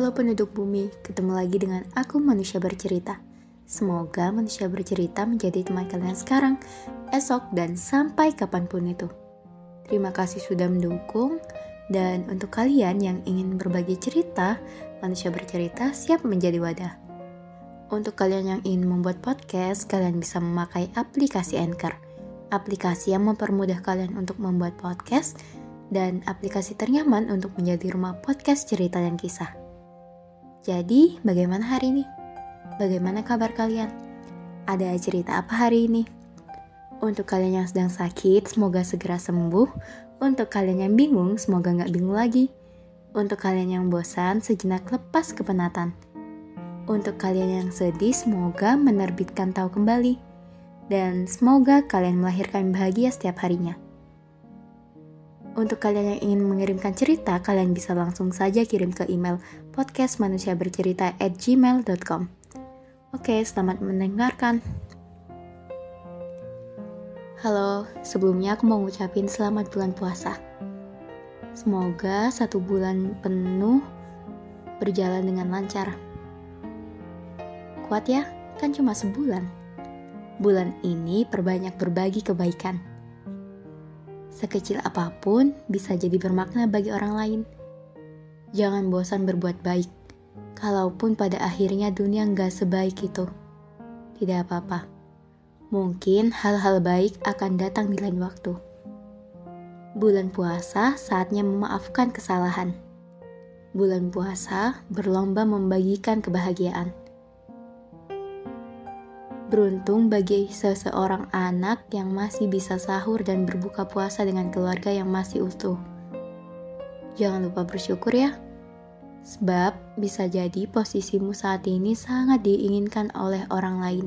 Halo penduduk bumi, ketemu lagi dengan aku Manusia Bercerita. Semoga Manusia Bercerita menjadi teman kalian sekarang, esok, dan sampai kapanpun itu. Terima kasih sudah mendukung, dan untuk kalian yang ingin berbagi cerita, Manusia Bercerita siap menjadi wadah. Untuk kalian yang ingin membuat podcast, kalian bisa memakai aplikasi Anchor. Aplikasi yang mempermudah kalian untuk membuat podcast, dan aplikasi ternyaman untuk menjadi rumah podcast cerita dan kisah. Jadi, bagaimana hari ini? Bagaimana kabar kalian? Ada cerita apa hari ini? Untuk kalian yang sedang sakit, semoga segera sembuh. Untuk kalian yang bingung, semoga gak bingung lagi. Untuk kalian yang bosan, sejenak lepas kepenatan. Untuk kalian yang sedih, semoga menerbitkan tahu kembali. Dan semoga kalian melahirkan bahagia setiap harinya. Untuk kalian yang ingin mengirimkan cerita, kalian bisa langsung saja kirim ke email podcastmanusiabercerita@gmail.com. Oke, selamat mendengarkan. Halo, sebelumnya aku mau ngucapin selamat bulan puasa. Semoga 1 bulan penuh berjalan dengan lancar. Kuat ya, kan cuma sebulan. Bulan ini perbanyak berbagi kebaikan. Sekecil apapun bisa jadi bermakna bagi orang lain. Jangan bosan berbuat baik, kalaupun pada akhirnya dunia nggak sebaik itu. Tidak apa-apa, mungkin hal-hal baik akan datang di lain waktu. Bulan puasa saatnya memaafkan kesalahan. Bulan puasa berlomba membagikan kebahagiaan. Beruntung bagi seseorang anak yang masih bisa sahur dan berbuka puasa dengan keluarga yang masih utuh. Jangan lupa bersyukur ya, sebab bisa jadi posisimu saat ini sangat diinginkan oleh orang lain.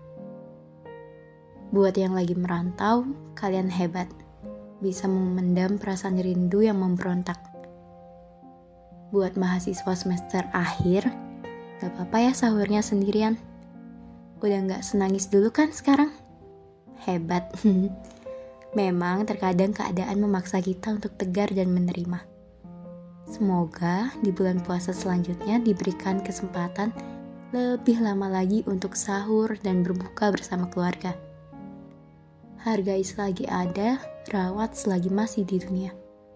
Buat yang lagi merantau, kalian hebat, bisa memendam perasaan rindu yang memberontak. Buat mahasiswa semester akhir, gak apa-apa ya sahurnya sendirian. Udah gak senangis dulu kan sekarang? Hebat. Memang terkadang keadaan memaksa kita untuk tegar dan menerima. Semoga di bulan puasa selanjutnya diberikan kesempatan lebih lama lagi untuk sahur dan berbuka bersama keluarga. Hargai selagi ada, rawat selagi masih di dunia.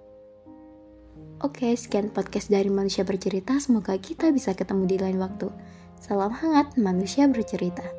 Oke, sekian podcast dari Manusia Bercerita. Semoga kita bisa ketemu di lain waktu. Salam hangat Manusia Bercerita.